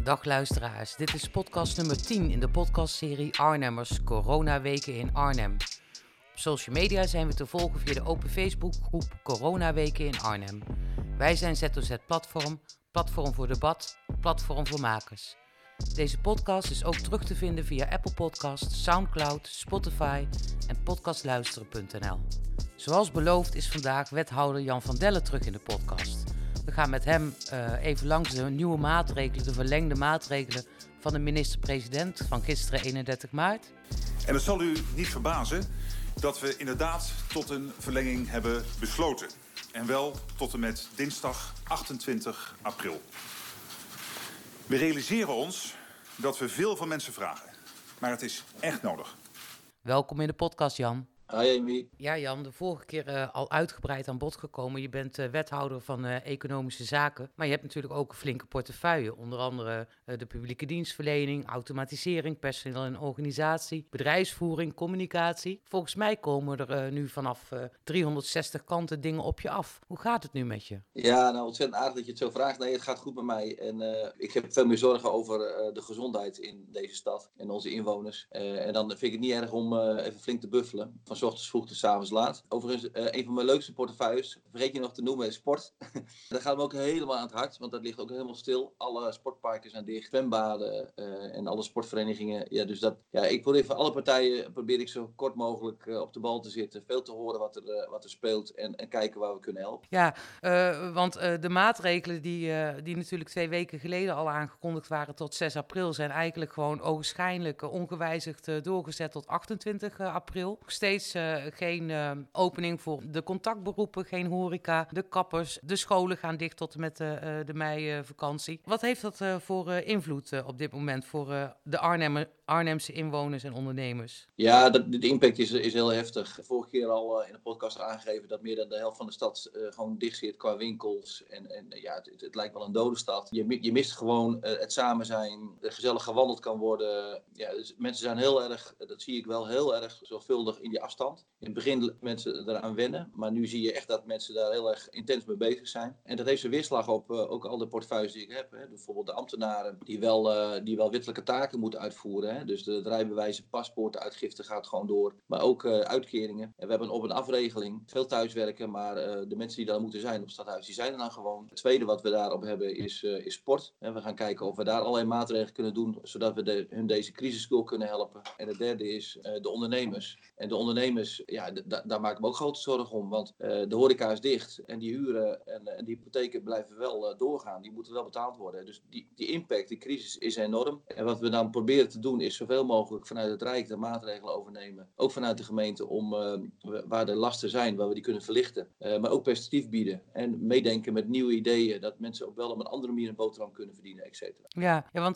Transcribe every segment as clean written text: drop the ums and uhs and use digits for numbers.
Dag luisteraars, dit is podcast nummer 10 in de podcastserie Arnhemmers Coronaweken in Arnhem. Op social media zijn we te volgen via de open Facebookgroep Coronaweken in Arnhem. Wij zijn ZOZ Platform, platform voor debat, platform voor makers. Deze podcast is ook terug te vinden via Apple Podcasts, Soundcloud, Spotify en podcastluisteren.nl. Zoals beloofd is vandaag wethouder Jan van Delle terug in de podcast. We gaan met hem even langs de nieuwe maatregelen, de verlengde maatregelen van de minister-president van gisteren 31 maart. En het zal u niet verbazen dat we inderdaad tot een verlenging hebben besloten. En wel tot en met dinsdag 28 april. We realiseren ons dat we veel van mensen vragen. Maar het is echt nodig. Welkom in de podcast, Jan. Hi Amy. Ja, Jan, de vorige keer al uitgebreid aan bod gekomen. Je bent wethouder van Economische Zaken, maar je hebt natuurlijk ook een flinke portefeuille. Onder andere de publieke dienstverlening, automatisering, personeel en organisatie, bedrijfsvoering, communicatie. Volgens mij komen er nu vanaf 360 kanten dingen op je af. Hoe gaat het nu met je? Ja, nou ontzettend aardig dat je het zo vraagt. Nee, het gaat goed met mij. En ik heb veel meer zorgen over de gezondheid in deze stad en onze inwoners. En dan vind ik het niet erg om even flink te buffelen. Van 's ochtends vroeg tot 's avonds laat. Overigens, een van mijn leukste portefeuilles, vergeet je nog te noemen, is sport. Dat gaat me ook helemaal aan het hart, want dat ligt ook helemaal stil. Alle sportparken zijn dicht, zwembaden en alle sportverenigingen. Ja, dus ik probeer van alle partijen zo kort mogelijk op de bal te zitten. Veel te horen wat er speelt en kijken waar we kunnen helpen. Ja, want de maatregelen die natuurlijk 2 weken geleden al aangekondigd waren tot 6 april... zijn eigenlijk gewoon ogenschijnlijk ongewijzigd doorgezet tot 28 april. Nog steeds geen opening voor de contactberoepen, geen horeca, de kappers, de scholen gaan dicht tot en met de meivakantie. Wat heeft dat voor invloed op dit moment voor de Arnhemse inwoners en ondernemers? Ja, de impact is heel heftig. Vorige keer al in de podcast aangegeven dat meer dan de helft van de stad gewoon dicht zit qua winkels. En het lijkt wel een dode stad. Je mist gewoon het samen zijn, gezellig gewandeld kan worden. Ja, dus mensen zijn heel erg, dat zie ik wel, heel erg zorgvuldig in die afstand. In het begin mensen eraan wennen, maar nu zie je echt dat mensen daar heel erg intens mee bezig zijn. En dat heeft zijn weerslag op ook al de portefeuilles die ik heb. Hè. Bijvoorbeeld de ambtenaren die wel wettelijke taken moeten uitvoeren. Hè. Dus de rijbewijzen, paspoorten, uitgifte gaat gewoon door. Maar ook uitkeringen. En we hebben een op- en afregeling. Veel thuiswerken, maar de mensen die daar moeten zijn op het stadhuis, die zijn er dan gewoon. Het tweede wat we daarop hebben is sport. En we gaan kijken of we daar allerlei maatregelen kunnen doen, zodat we hun deze crisis door kunnen helpen. En het derde is de ondernemers. En de ondernemers, ja, daar maak ik me ook grote zorgen om. Want de horeca is dicht en die huren en die hypotheken blijven wel doorgaan. Die moeten wel betaald worden. Dus die impact, die crisis is enorm. En wat we dan proberen te doen is zoveel mogelijk vanuit het Rijk de maatregelen overnemen. Ook vanuit de gemeente om waar de lasten zijn, waar we die kunnen verlichten. Maar ook perspectief bieden. En meedenken met nieuwe ideeën. Dat mensen ook wel op een andere manier een boterham kunnen verdienen, et cetera. Ja, want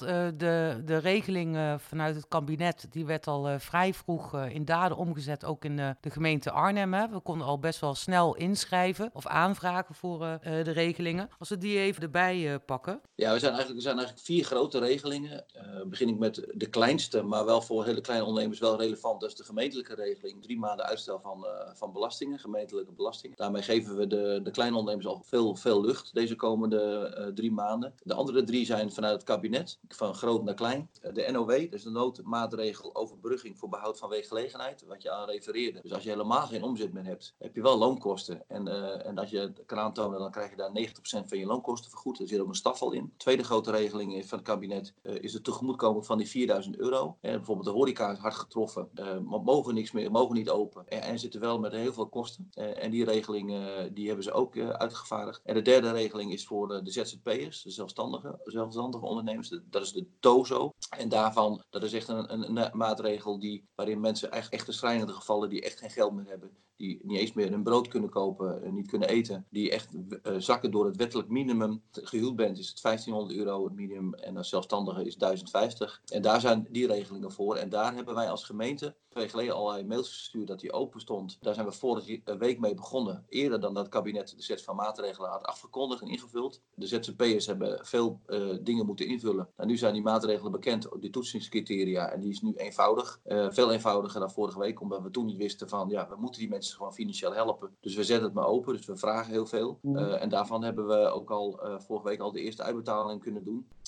de regeling vanuit het kabinet, die werd al vrij vroeg in daden omgezet, ook in de gemeente Arnhem. Hè. We konden al best wel snel inschrijven of aanvragen voor de regelingen. Als we die even erbij pakken. Ja, er zijn eigenlijk 4 grote regelingen. Begin ik met de kleinste, maar wel voor hele kleine ondernemers wel relevant. Dat is de gemeentelijke regeling. 3 maanden uitstel van belastingen, gemeentelijke belastingen. Daarmee geven we de kleine ondernemers al veel lucht deze komende 3 maanden. De andere 3 zijn vanuit het kabinet, van groot naar klein. De NOW, dus de noodmaatregel overbrugging voor behoud van werkgelegenheid, wat je aan refereerde. Dus als je helemaal geen omzet meer hebt, heb je wel loonkosten. En als je het kan aantonen, dan krijg je daar 90% van je loonkosten vergoed. Er zit ook een staf al in. Tweede grote regeling van het kabinet is de tegemoetkoming van die €4.000. Bijvoorbeeld de horeca is hard getroffen, maar mogen niks meer, mogen niet open. En zitten wel met heel veel kosten. En die regeling die hebben ze ook uitgevaardigd. En de derde regeling is voor de ZZP'ers, de zelfstandige ondernemers. Dat is de TOZO. En daarvan, dat is echt een maatregel waarin mensen echt in schrijnende gevallen die echt geen geld meer hebben, die niet eens meer een brood kunnen kopen, niet kunnen eten, die echt zakken door het wettelijk minimum. Gehuwd bent is het €1.500 het minimum en als zelfstandige is €1.050. En daar zijn die regelingen voor. En daar hebben wij als gemeente 2 weken geleden allerlei mails gestuurd dat die open stond. Daar zijn we vorige week mee begonnen. Eerder dan dat het kabinet de set van maatregelen had afgekondigd en ingevuld. De ZZP'ers hebben veel dingen moeten invullen. Nou, nu zijn die maatregelen bekend, die toetsingscriteria. En die is nu eenvoudig. Veel eenvoudiger dan vorige week, omdat we toen niet wisten van, ja, we moeten die mensen gewoon financieel helpen. Dus we zetten het maar open, dus we vragen heel veel. En daarvan hebben we ook al vorige week al de eerste uitbetaling kunnen doen.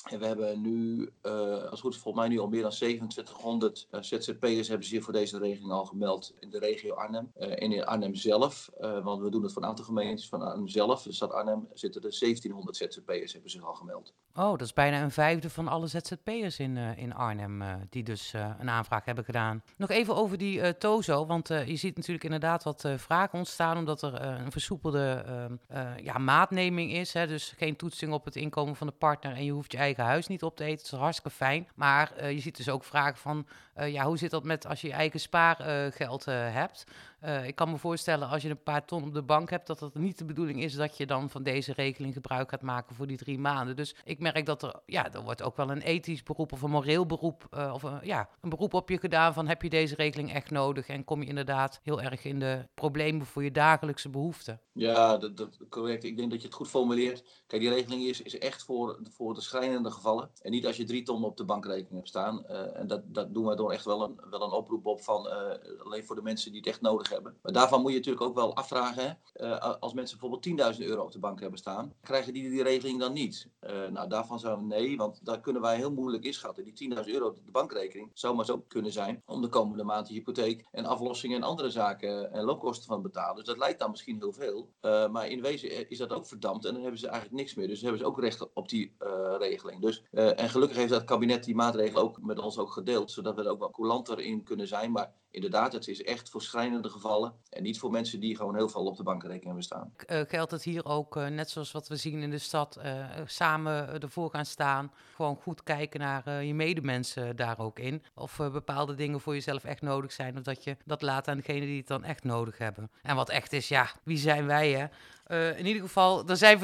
En we hebben nu, als het goed is, volgens mij nu al meer dan 2700 ZZP'ers hebben zich voor deze regeling al gemeld in de regio Arnhem. En in Arnhem zelf, want we doen het voor een aantal gemeentes van Arnhem zelf, de stad Arnhem, zitten er 1700 ZZP'ers hebben zich al gemeld. Oh, dat is bijna een vijfde van alle ZZP'ers in Arnhem die dus een aanvraag hebben gedaan. Nog even over die TOZO, want je ziet natuurlijk inderdaad wat vragen ontstaan omdat er een versoepelde maatneming is. Hè? Dus geen toetsing op het inkomen van de partner en je hoeft je eigen huis niet op te eten. Dat is hartstikke fijn. Maar je ziet dus ook vragen van, hoe zit dat met als je je eigen spaargeld hebt? Ik kan me voorstellen als je een paar ton op de bank hebt, dat het niet de bedoeling is dat je dan van deze regeling gebruik gaat maken voor die 3 maanden. Dus ik merk dat er wordt ook wel een ethisch beroep of een moreel beroep een beroep op je gedaan van heb je deze regeling echt nodig en kom je inderdaad heel erg in de problemen voor je dagelijkse behoeften. Ja, dat correct. Ik denk dat je het goed formuleert. Kijk, die regeling is echt voor de schrijnende gevallen. En niet als je 3 ton op de bankrekening hebt staan. En dat doen we door echt wel een oproep op van alleen voor de mensen die het echt nodig hebben. Maar daarvan moet je natuurlijk ook wel afvragen. Als mensen bijvoorbeeld 10.000 euro op de bank hebben staan, krijgen die regeling dan niet? Daarvan zouden we nee, want daar kunnen wij heel moeilijk inschatten. Die 10.000 euro op de bankrekening zou maar zo kunnen zijn om de komende maand de hypotheek en aflossingen en andere zaken en loonkosten van te betalen. Dus dat lijkt dan misschien heel veel. Maar in wezen is dat ook verdampt en dan hebben ze eigenlijk niks meer. Dus hebben ze ook recht op die regeling. Dus, en gelukkig heeft het kabinet die maatregelen ook met ons ook gedeeld, zodat we er ook wel coulanter in kunnen zijn. Maar inderdaad, het is echt voor schrijnende gevallen en niet voor mensen die gewoon heel veel op de bankrekening hebben staan. Geldt het hier ook, net zoals wat we zien in de stad, samen ervoor gaan staan, gewoon goed kijken naar je medemensen daar ook in? Of bepaalde dingen voor jezelf echt nodig zijn, of dat je dat laat aan degenen die het dan echt nodig hebben? En wat echt is, wie zijn wij, hè? In ieder geval, er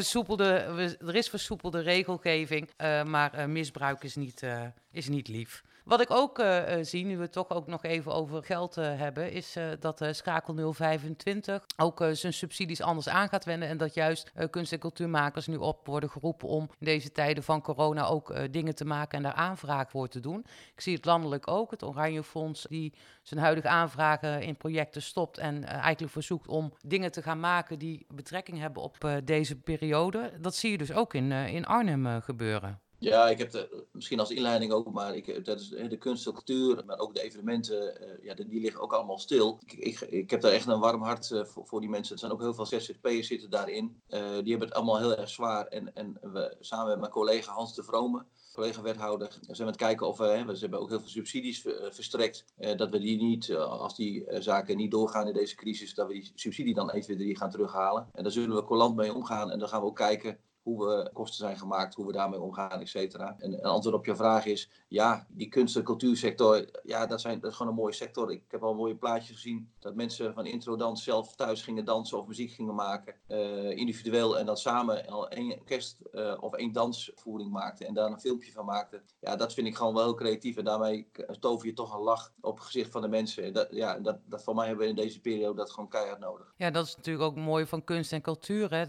is versoepelde regelgeving, maar misbruik is niet lief. Wat ik ook zie, nu we het toch ook nog even over geld hebben, is dat Schakel 025 ook zijn subsidies anders aan gaat wenden. En dat juist kunst- en cultuurmakers nu op worden geroepen om in deze tijden van corona ook dingen te maken en daar aanvragen voor te doen. Ik zie het landelijk ook, het Oranje Fonds die zijn huidige aanvragen in projecten stopt en eigenlijk verzoekt om dingen te gaan maken die betrekking hebben op deze periode. Dat zie je dus ook in Arnhem gebeuren. Ja, ik heb misschien als inleiding ook, maar dat is de kunst en cultuur, maar ook de evenementen, die liggen ook allemaal stil. Ik heb daar echt een warm hart voor die mensen. Er zijn ook heel veel ZZP'ers zitten daarin. Die hebben het allemaal heel erg zwaar. En we samen met mijn collega Hans de Vrome, collega-wethouder, zijn we aan het kijken of ze hebben ook heel veel subsidies verstrekt. Dat we die niet, als die zaken niet doorgaan in deze crisis, dat we die subsidie dan even gaan terughalen. En daar zullen we coulant mee omgaan en dan gaan we ook kijken hoe we kosten zijn gemaakt, hoe we daarmee omgaan, et cetera. En een antwoord op je vraag is, ja, die kunst- en cultuursector, ja, dat is gewoon een mooie sector. Ik heb al mooie plaatjes gezien dat mensen van introdans zelf thuis gingen dansen of muziek gingen maken, individueel en dan samen al 1 orkest of 1 dansvoering maakten en daar een filmpje van maakten. Ja, dat vind ik gewoon wel heel creatief en daarmee tover je toch een lach op het gezicht van de mensen. En dat voor mij hebben we in deze periode dat gewoon keihard nodig. Ja, dat is natuurlijk ook mooi van kunst en cultuur. Hè?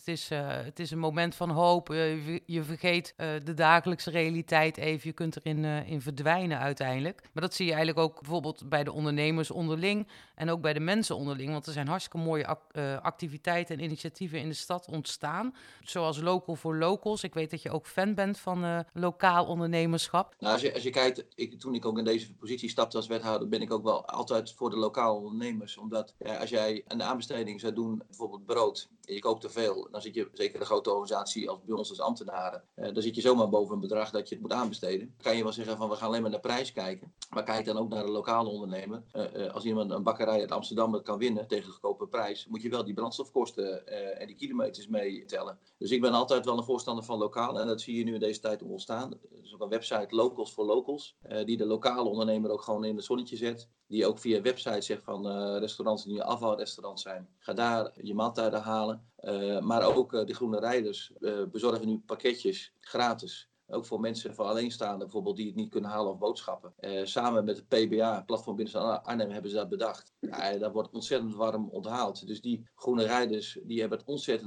Het is een moment van hoop. Je vergeet de dagelijkse realiteit even. Je kunt erin in verdwijnen uiteindelijk. Maar dat zie je eigenlijk ook bijvoorbeeld bij de ondernemers onderling en ook bij de mensen onderling. Want er zijn hartstikke mooie activiteiten en initiatieven in de stad ontstaan. Zoals Local for Locals. Ik weet dat je ook fan bent van lokaal ondernemerschap. Nou, als je kijkt, toen ik ook in deze positie stapte als wethouder, ben ik ook wel altijd voor de lokale ondernemers. Omdat als jij een aanbesteding zou doen, bijvoorbeeld brood, en je koopt te veel, dan zit je, zeker de grote organisatie als bij ons als ambtenaren, dan zit je zomaar boven een bedrag dat je het moet aanbesteden. Dan kan je wel zeggen van we gaan alleen maar naar prijs kijken. Maar kijk dan ook naar de lokale ondernemer. Als iemand een bakkerij uit Amsterdam dat kan winnen tegen een goedkope prijs, moet je wel die brandstofkosten en die kilometers meetellen. Dus ik ben altijd wel een voorstander van lokaal en dat zie je nu in deze tijd ontstaan. Er is ook een website Locals for Locals, die de lokale ondernemer ook gewoon in het zonnetje zet. Die ook via website zegt van restaurants die nu afvalrestaurants zijn, ga daar je maaltijden halen. Maar ook de Groene Rijders bezorgen nu pakketjes gratis. Ook voor mensen van alleenstaanden bijvoorbeeld die het niet kunnen halen of boodschappen. Samen met het PBA, Platform Binnenstad Arnhem, hebben ze dat bedacht. Ja, dat wordt ontzettend warm onthaald. Dus die Groene Rijders die hebben het ontzettend druk.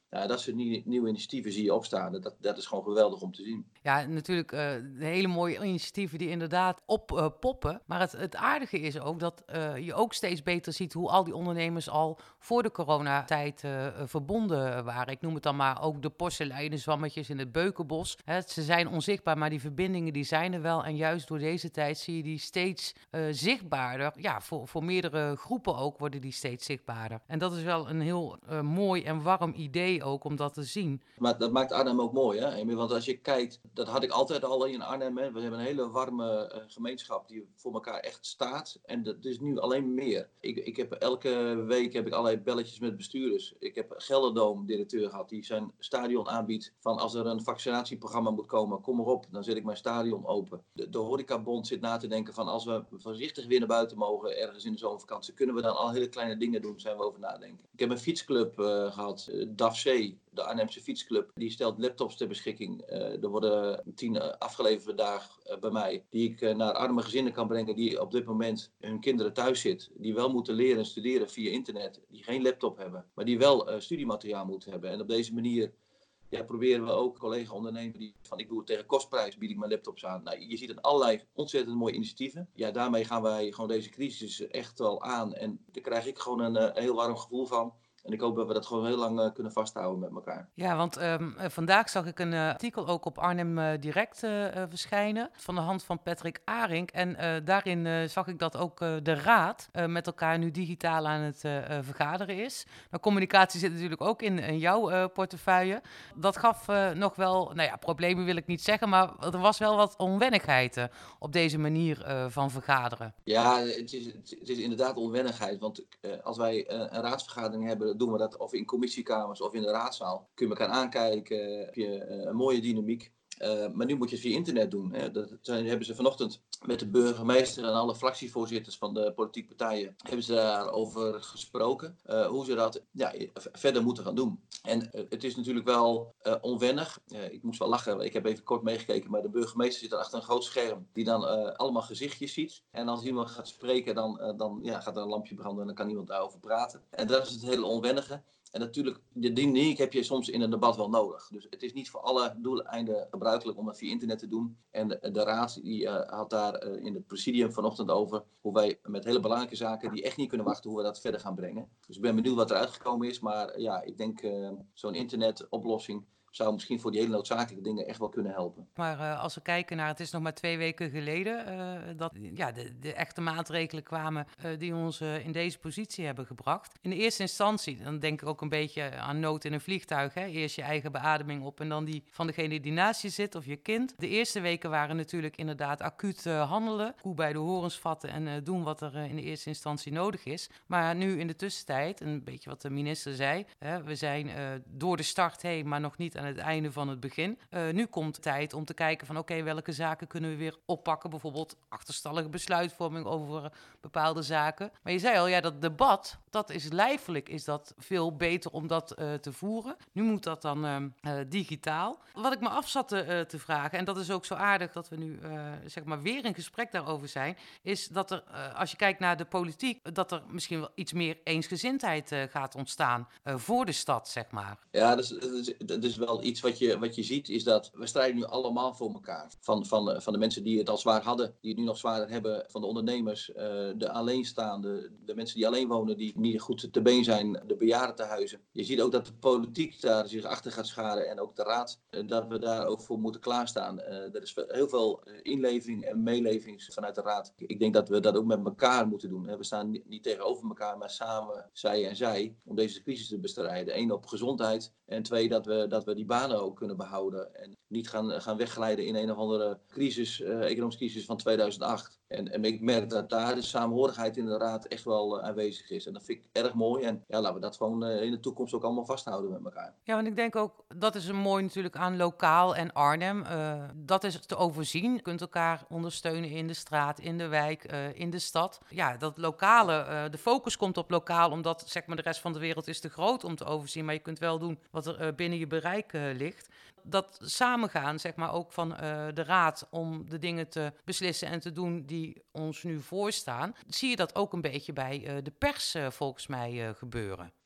Ja, dat soort nieuwe initiatieven zie je opstaan. Dat is gewoon geweldig om te zien. Ja, natuurlijk de hele mooie initiatieven die inderdaad poppen. Maar het aardige is ook dat je ook steeds beter ziet hoe al die ondernemers al voor de coronatijd verbonden waren. Ik noem het dan maar ook de porseleinen zwammetjes in het Beukenbos. Ze zijn onzichtbaar, maar die verbindingen die zijn er wel. En juist door deze tijd zie je die steeds zichtbaarder. Ja, voor meerdere groepen ook worden die steeds zichtbaarder. En dat is wel een heel mooi en warm idee ook om dat te zien. Maar dat maakt Arnhem ook mooi, hè, Amy? Want als je kijkt, dat had ik altijd al in Arnhem. Hè. We hebben een hele warme gemeenschap die voor elkaar echt staat. En dat is nu alleen meer. Ik heb elke week heb ik allerlei belletjes met bestuurders. Ik heb Gelderdoom-directeur gehad die zijn stadion aanbiedt. Van als er een vaccinatieprogramma moet komen, kom maar op. Dan zet ik mijn stadion open. De horecabond zit na te denken van als we voorzichtig weer naar buiten mogen ergens in de zomervakantie. Kunnen we dan al hele kleine dingen doen? Zijn we over nadenken. Ik heb een fietsclub gehad, DAFC. De Arnhemse fietsclub, die stelt laptops ter beschikking. Er worden 10 afgeleverd vandaag bij mij, die ik naar arme gezinnen kan brengen die op dit moment hun kinderen thuis zitten, die wel moeten leren en studeren via internet, die geen laptop hebben, maar die wel studiemateriaal moeten hebben. En op deze manier proberen we ook collega-ondernemers die van ik doe het tegen kostprijs, bied ik mijn laptops aan. Nou, je ziet er allerlei ontzettend mooie initiatieven. Ja, daarmee gaan wij gewoon deze crisis echt wel aan. En daar krijg ik gewoon een heel warm gevoel van. En ik hoop dat we dat gewoon heel lang kunnen vasthouden met elkaar. Ja, want vandaag zag ik een artikel ook op Arnhem Direct verschijnen van de hand van Patrick Arink. En daarin zag ik dat ook de raad met elkaar nu digitaal aan het vergaderen is. Nou, communicatie zit natuurlijk ook in jouw portefeuille. Dat gaf nog wel, problemen wil ik niet zeggen, maar er was wel wat onwennigheid op deze manier van vergaderen. Ja, het is inderdaad onwennigheid. Want als wij een raadsvergadering hebben, doen we dat of in commissiekamers of in de raadzaal. Kun je elkaar aankijken, heb je een mooie dynamiek. Maar nu moet je het via internet doen. Hè. Hebben ze vanochtend met de burgemeester en alle fractievoorzitters van de politieke partijen hebben ze daarover gesproken. Hoe ze dat verder moeten gaan doen. En het is natuurlijk wel onwennig. Ik moest wel lachen. Ik heb even kort meegekeken. Maar de burgemeester zit achter een groot scherm. Die dan allemaal gezichtjes ziet. En als iemand gaat spreken, dan gaat er een lampje branden. En dan kan iemand daarover praten. En dat is het hele onwennige. En natuurlijk, de dynamiek heb je soms in een debat wel nodig. Dus het is niet voor alle doeleinden gebruikelijk om dat via internet te doen. En de raad die had daar in het presidium vanochtend over hoe wij met hele belangrijke zaken die echt niet kunnen wachten, hoe we dat verder gaan brengen. Dus ik ben benieuwd wat eruit gekomen is. Maar ja, ik denk zo'n internetoplossing zou misschien voor die hele noodzakelijke dingen echt wel kunnen helpen. Maar als we kijken naar, het is nog maar 2 weken geleden dat de echte maatregelen kwamen die ons in deze positie hebben gebracht. In de eerste instantie, dan denk ik ook een beetje aan nood in een vliegtuig. Hè? Eerst je eigen beademing op en dan die van degene die naast je zit of je kind. De eerste weken waren natuurlijk inderdaad acuut handelen. Koe bij de horens vatten en doen wat er in de eerste instantie nodig is. Maar nu in de tussentijd, een beetje wat de minister zei, we zijn door de start heen, maar nog niet aan het einde van het begin. Nu komt de tijd om te kijken van oké, welke zaken kunnen we weer oppakken. Bijvoorbeeld achterstallige besluitvorming over bepaalde zaken. Maar je zei al, dat debat, dat is lijfelijk, is dat veel beter om dat te voeren. Nu moet dat dan digitaal. Wat ik me af zat te vragen, en dat is ook zo aardig dat we nu weer in gesprek daarover zijn, is dat er, als je kijkt naar de politiek, dat er misschien wel iets meer eensgezindheid gaat ontstaan voor de stad, zeg maar. Ja, dat is wel iets wat je ziet, is dat we strijden nu allemaal voor elkaar. Van de mensen die het al zwaar hadden, die het nu nog zwaarder hebben, van de ondernemers, de alleenstaande, de mensen die alleen wonen, die niet goed te been zijn, de bejaardentehuizen. Je ziet ook dat de politiek daar zich achter gaat scharen en ook de raad, dat we daar ook voor moeten klaarstaan. Er is heel veel inleving en meeleving vanuit de raad. Ik denk dat we dat ook met elkaar moeten doen. We staan niet tegenover elkaar, maar samen, zij en zij, om deze crisis te bestrijden. 1 op gezondheid en 2 dat we die banen ook kunnen behouden en niet gaan wegglijden in een of andere crisis, economische crisis van 2008. En ik merk dat daar de samenhorigheid in de raad echt wel aanwezig is. En dat vind ik erg mooi. En laten we dat gewoon in de toekomst ook allemaal vasthouden met elkaar. Ja, want ik denk ook, dat is een mooi natuurlijk aan lokaal en Arnhem. Dat is te overzien. Je kunt elkaar ondersteunen in de straat, in de wijk, in de stad. Ja, dat lokale, de focus komt op lokaal, omdat de rest van de wereld is te groot om te overzien. Maar je kunt wel doen wat er binnen je bereik ligt. Dat samengaan, ook van de raad om de dingen te beslissen en te doen die ons nu voorstaan. Zie je dat ook een beetje bij de pers volgens mij gebeuren?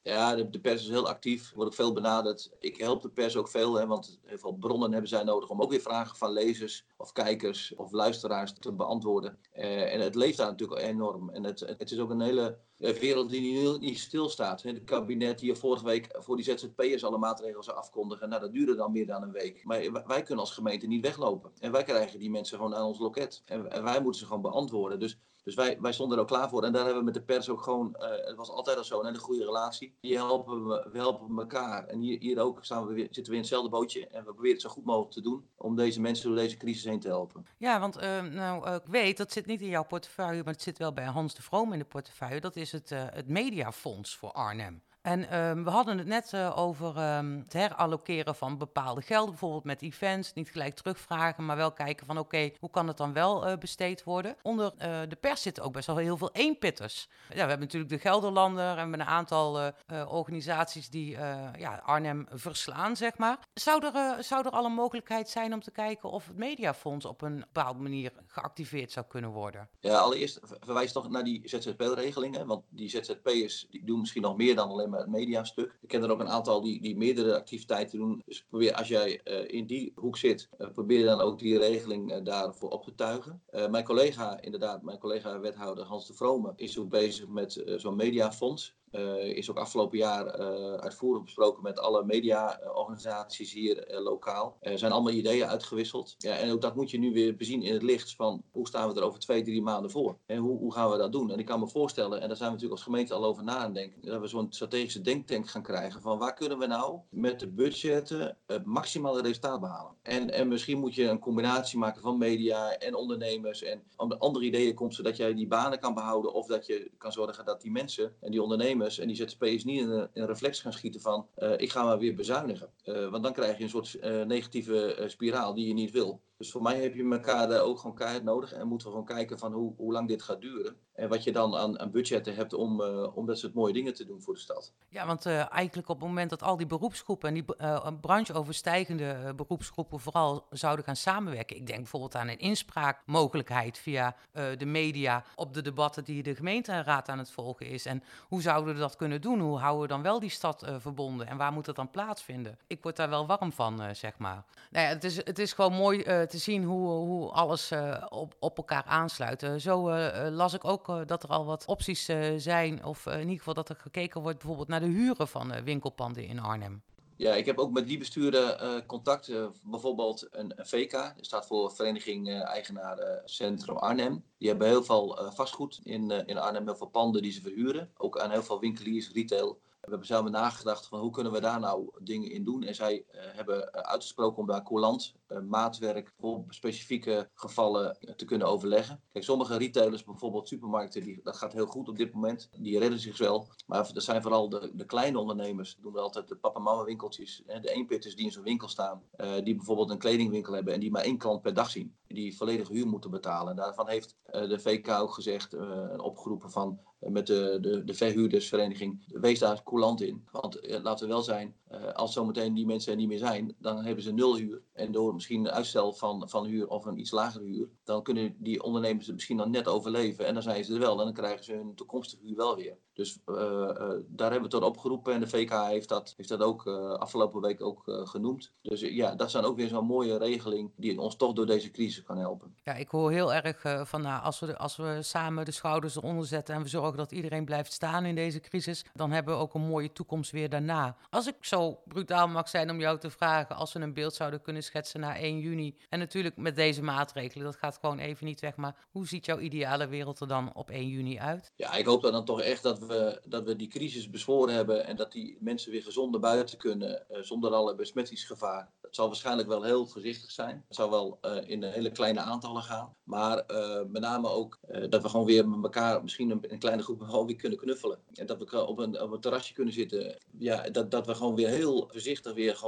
Ja, de pers is heel actief, wordt ook veel benaderd. Ik help de pers ook veel, hè, want heel veel bronnen hebben zij nodig om ook weer vragen van lezers of kijkers of luisteraars te beantwoorden. En het leeft daar natuurlijk enorm. En het is ook een hele wereld die niet stilstaat. Het kabinet die vorige week voor die ZZP'ers alle maatregelen zou afkondigen, nou, dat duurde dan meer dan een week. Maar wij kunnen als gemeente niet weglopen. En wij krijgen die mensen gewoon aan ons loket. En wij moeten ze gewoon beantwoorden. Dus wij stonden er ook klaar voor. En daar hebben we met de pers ook gewoon, het was altijd al zo, een hele goede relatie. We helpen elkaar. En hier ook zitten we in hetzelfde bootje. En we proberen het zo goed mogelijk te doen om deze mensen door deze crisis heen te helpen. Ja, want ik weet, dat zit niet in jouw portefeuille, maar het zit wel bij Hans de Vroom in de portefeuille. Dat is het Mediafonds voor Arnhem. En we hadden het net over het herallokeren van bepaalde gelden, bijvoorbeeld met events, niet gelijk terugvragen, maar wel kijken van oké, hoe kan het dan wel besteed worden? Onder de pers zitten ook best wel heel veel eenpitters. Ja, we hebben natuurlijk de Gelderlander en we hebben een aantal organisaties die Arnhem verslaan, zeg maar. Zou er al een mogelijkheid zijn om te kijken of het Mediafonds op een bepaalde manier geactiveerd zou kunnen worden? Ja, allereerst verwijs toch naar die ZZP-regelingen, want die ZZP'ers die doen misschien nog meer dan alleen maar het mediastuk. Ik ken er ook een aantal die meerdere activiteiten doen. Dus probeer, als jij in die hoek zit, probeer dan ook die regeling daarvoor op te tuigen. Mijn collega wethouder Hans de Vrome is ook bezig met zo'n mediafonds. Is ook afgelopen jaar uitvoerig besproken met alle mediaorganisaties hier lokaal. Er zijn allemaal ideeën uitgewisseld. Ja, en ook dat moet je nu weer bezien in het licht van hoe staan we er over 2-3 maanden voor? En hoe gaan we dat doen? En ik kan me voorstellen, en daar zijn we natuurlijk als gemeente al over na aan denken, dat we zo'n strategische denktank gaan krijgen van waar kunnen we nou met de budgetten het maximale resultaat behalen? En misschien moet je een combinatie maken van media en ondernemers en andere ideeën komt zodat jij die banen kan behouden of dat je kan zorgen dat die mensen en die ondernemers en die ZZP'ers niet in een reflex gaan schieten van ik ga maar weer bezuinigen. Want dan krijg je een soort negatieve spiraal die je niet wil. Dus voor mij heb je elkaar daar ook gewoon keihard nodig en moeten we gewoon kijken van hoe lang dit gaat duren. En wat je dan aan budgetten hebt om dat soort mooie dingen te doen voor de stad. Ja, want eigenlijk op het moment dat al die beroepsgroepen en die brancheoverstijgende beroepsgroepen vooral zouden gaan samenwerken. Ik denk bijvoorbeeld aan een inspraakmogelijkheid via de media op de debatten die de gemeenteraad aan het volgen is. En hoe zouden we dat kunnen doen? Hoe houden we dan wel die stad verbonden? En waar moet dat dan plaatsvinden? Ik word daar wel warm van, zeg maar. Nou ja, het is gewoon mooi te zien hoe alles op elkaar aansluit. Zo las ik ook dat er al wat opties zijn, of in ieder geval dat er gekeken wordt bijvoorbeeld naar de huren van winkelpanden in Arnhem. Ja, ik heb ook met die bestuurder contact. Bijvoorbeeld een VK, dat staat voor Vereniging Eigenaren Centrum Arnhem. Die hebben heel veel vastgoed in Arnhem, heel veel panden die ze verhuren. Ook aan heel veel winkeliers, retail. We hebben samen nagedacht van hoe kunnen we daar nou dingen in doen. En zij hebben uitgesproken om daar coulant, maatwerk voor specifieke gevallen te kunnen overleggen. Kijk, sommige retailers, bijvoorbeeld supermarkten, dat gaat heel goed op dit moment. Die redden zich wel. Maar dat zijn vooral de kleine ondernemers. Dat doen we altijd de papa-mama winkeltjes. De eenpitters die in zo'n winkel staan. Die bijvoorbeeld een kledingwinkel hebben en die maar 1 klant per dag zien. Die volledige huur moeten betalen. En daarvan heeft de VK ook gezegd, opgeroepen van met de verhuurdersvereniging, wees daar coulant in. Want laten we wel zijn, als zometeen die mensen er niet meer zijn, dan hebben ze 0 huur. En door misschien een uitstel van huur of een iets lagere huur, dan kunnen die ondernemers het misschien dan net overleven. En dan zijn ze er wel en dan krijgen ze hun toekomstige huur wel weer. Dus daar hebben we tot opgeroepen en de VK heeft dat ook afgelopen week ook genoemd. Dus ja, dat is dan ook weer zo'n mooie regeling die ons toch door deze crisis kan helpen. Ja, ik hoor heel erg van als we samen de schouders eronder zetten en we zorgen dat iedereen blijft staan in deze crisis, dan hebben we ook een mooie toekomst weer daarna. Als ik zo brutaal mag zijn om jou te vragen, als we een beeld zouden kunnen schetsen na 1 juni, en natuurlijk met deze maatregelen, dat gaat gewoon even niet weg, maar hoe ziet jouw ideale wereld er dan op 1 juni uit? Ja, ik hoop dan toch echt dat we die crisis bezworen hebben en dat die mensen weer gezond naar buiten kunnen, zonder alle besmettingsgevaar. Het zal waarschijnlijk wel heel voorzichtig zijn. Het zal wel in hele kleine aantallen gaan. Maar met name ook dat we gewoon weer met elkaar, misschien een kleine groep, gewoon weer kunnen knuffelen. En dat we op een terrasje kunnen zitten. Ja, dat we gewoon weer heel voorzichtig weer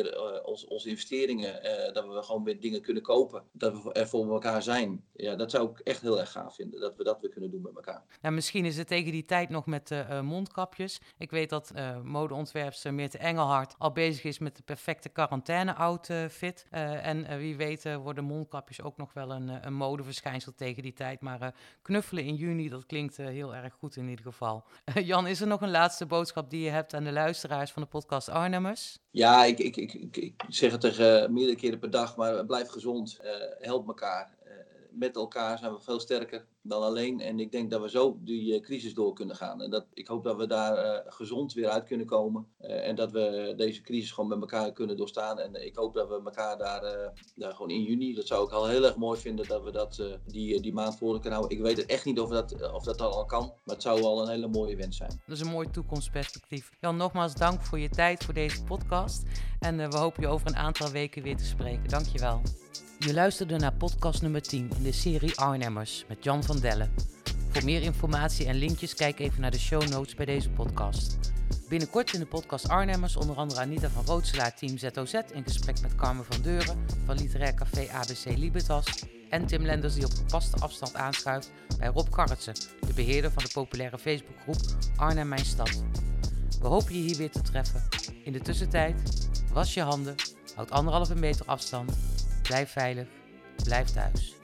onze investeringen, dat we gewoon weer dingen kunnen kopen. Dat we er voor elkaar zijn. Ja, dat zou ik echt heel erg gaaf vinden. Dat we dat weer kunnen doen met elkaar. Nou, misschien is het tegen die tijd nog met mondkapjes. Ik weet dat modeontwerpster Meerte Engelhard al bezig is met de perfecte quarantaine corona-outfit. En wie weet worden mondkapjes ook nog wel een modeverschijnsel tegen die tijd. Maar knuffelen in juni, dat klinkt heel erg goed in ieder geval. Jan, is er nog een laatste boodschap die je hebt aan de luisteraars van de podcast Arnhemmers? Ja, ik zeg het tegen meerdere keren per dag, maar blijf gezond. Help elkaar. Met elkaar zijn we veel sterker dan alleen. En ik denk dat we zo die crisis door kunnen gaan. En ik hoop dat we daar gezond weer uit kunnen komen. En dat we deze crisis gewoon met elkaar kunnen doorstaan. En ik hoop dat we elkaar daar gewoon in juni, dat zou ik al heel erg mooi vinden, dat we die maand voor kunnen houden. Ik weet het echt niet of dat al kan. Maar het zou al een hele mooie wens zijn. Dat is een mooi toekomstperspectief. Jan, nogmaals dank voor je tijd voor deze podcast. En we hopen je over een aantal weken weer te spreken. Dank je wel. Je luisterde naar podcast nummer 10 in de serie Arnhemmers met Jan van Dellen. Voor meer informatie en linkjes kijk even naar de show notes bij deze podcast. Binnenkort in de podcast Arnhemmers onder andere Anita van Rootselaar, Team ZOZ in gesprek met Carmen van Deuren van Literair Café ABC Libertas en Tim Lenders die op gepaste afstand aanschuift bij Rob Karretsen, de beheerder van de populaire Facebookgroep Arnhem Mijn Stad. We hopen je hier weer te treffen. In de tussentijd, was je handen, houd 1,5 meter afstand, blijf veilig, blijf thuis.